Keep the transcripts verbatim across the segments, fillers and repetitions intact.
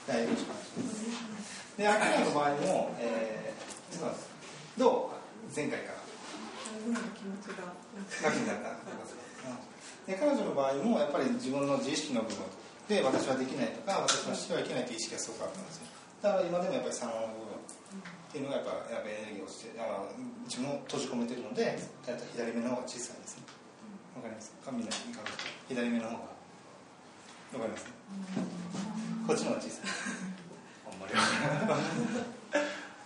はい、よろしくお願いします。で、秋菜の場合も、えー、そうなんです。どう前回から今の気持ちが楽になった。で、彼女の場合もやっぱり自分の自意識の部分で私はできないとか私はしてはいけないという意識がすごくあったんですよ。だから今でもやっぱり左脳の部分っていうのがやっぱやっぱエネルギーをして自分を閉じ込めてるので左目の方が小さいんですね。わかりますか？みんな左目の方がわかりますか？こっちの方が小さい。 あんまりわからない。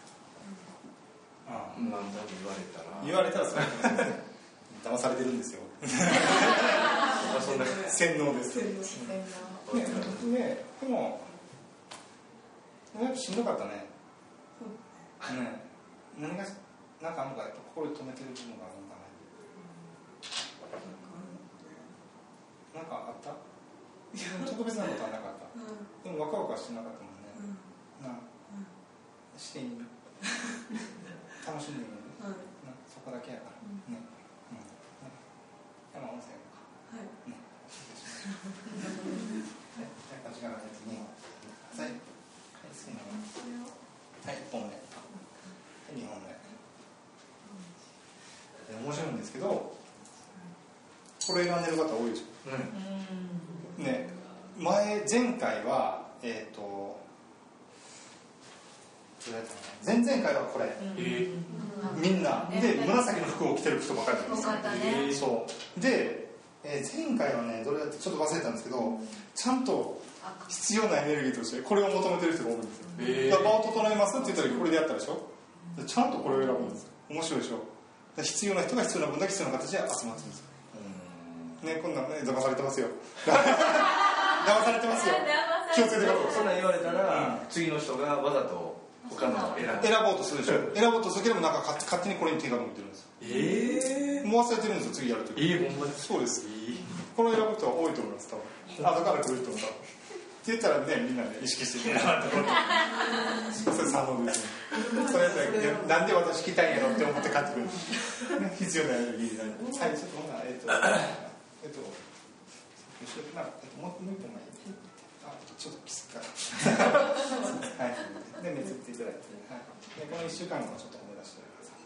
ああ、 なんとなく言われたら言われたらそうですね。騙されてるんですよ。 そんな洗脳です。 洗脳。 ね、ね、でもやっぱしんどかったね。ね、何がなんかあんのかやっぱ心に留めてる部分があるのかね。なんかあった？特別なことはなかった。でもワクワクはしてなかったもんね。な、していいよ。楽しんでみる。そこだけやから。ね。山温泉か。はい。ね。はい。時間がないですね。はい。はい。好きなの。はい。いっぽんめ。にほんめ。面白いんですけど、これ選んでる方多いでしょ。うん。ね。前前回はえっと。前々回はこれ、えー、みんなで紫の服を着てる人ばかりなんですよ、えー、そうで、えー、前回はねどれだってちょっと忘れたんですけど、ちゃんと必要なエネルギーとしてこれを求めてる人が多いんですよ、えー、だから場を整えますって言った時これでやったでしょ、ちゃんとこれを選ぶんですよ。面白いでしょ。必要な人が必要な分だけ必要な形で集まってるんですよ、うん、ね、こんなんね騙されてますよ騙されてますよ、気をつけてください。 そんなん言われたら、うん、次の人がわざと他の選選ぼうとするでしょ。選ぼうとするけどもなんか勝手にこれに手が向いてるんですよ。ええー、もう忘れてるんですよ、次やるとき。ええー、ほんまにそうです、えー、この選ぶ人は多いと思います、多分。後から来る人も多分って言ったらね、みんなね意識してるなってそれ三能ですね。それやなんで私来たんやろって思って帰ってくる必要なエネルギーになる。はい、ちょっとほな、えっとえっと後ろな、えっともう一本前ちょっときつかはい、で、めつっていただいて、はい、でこのいっしゅうかん後ちょっと思い出してください。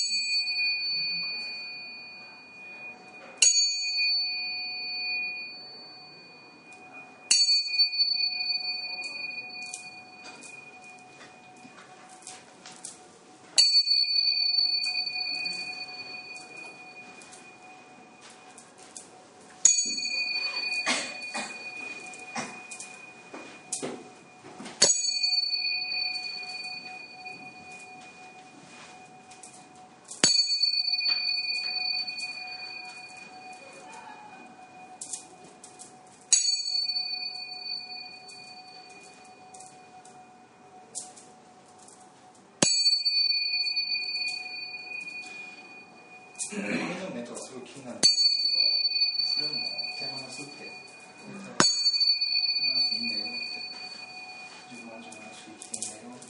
これの目とかすごい気になるんだけど、それも手放すって、手放していいんだよって、自分は自分らしく生きていいんだよって。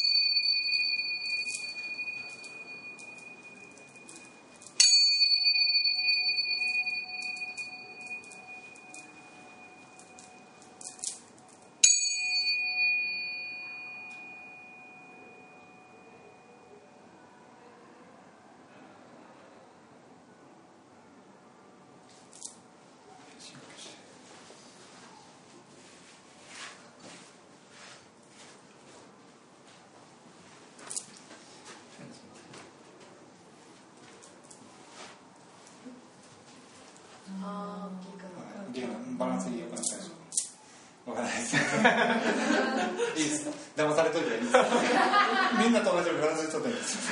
あー、バランスいいよくなったでしょ。わからないですいいですか、騙されといていいですみんなと同じように騙されといていいです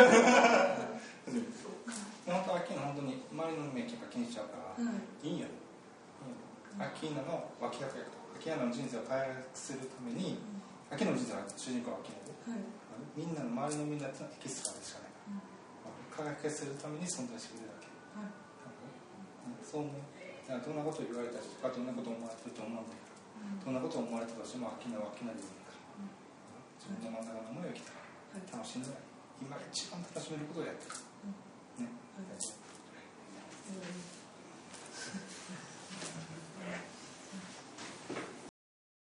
本当はアッキーナ本当に周りの目とか気にしちゃうから、うん、いいよ、アッキーナの脇役役とアッキーナの人生を回復するために、アッキーナの人生は主人公はアッキーナで、はい、みんなの周りのみんなってのはエキストラでしかないから、うん、輝かせるために存在してくれるわけ、はい、そう思う。だからどんなことを言われたりとかどんなことを思われてると思うんだけど、どんなことを思われたとしてもアッキーナはアッキーナでいいから、うん、自分の真ん中の思いを生きたら楽しんでない、今一番楽しめることをやってる、うん、ね、はい、うん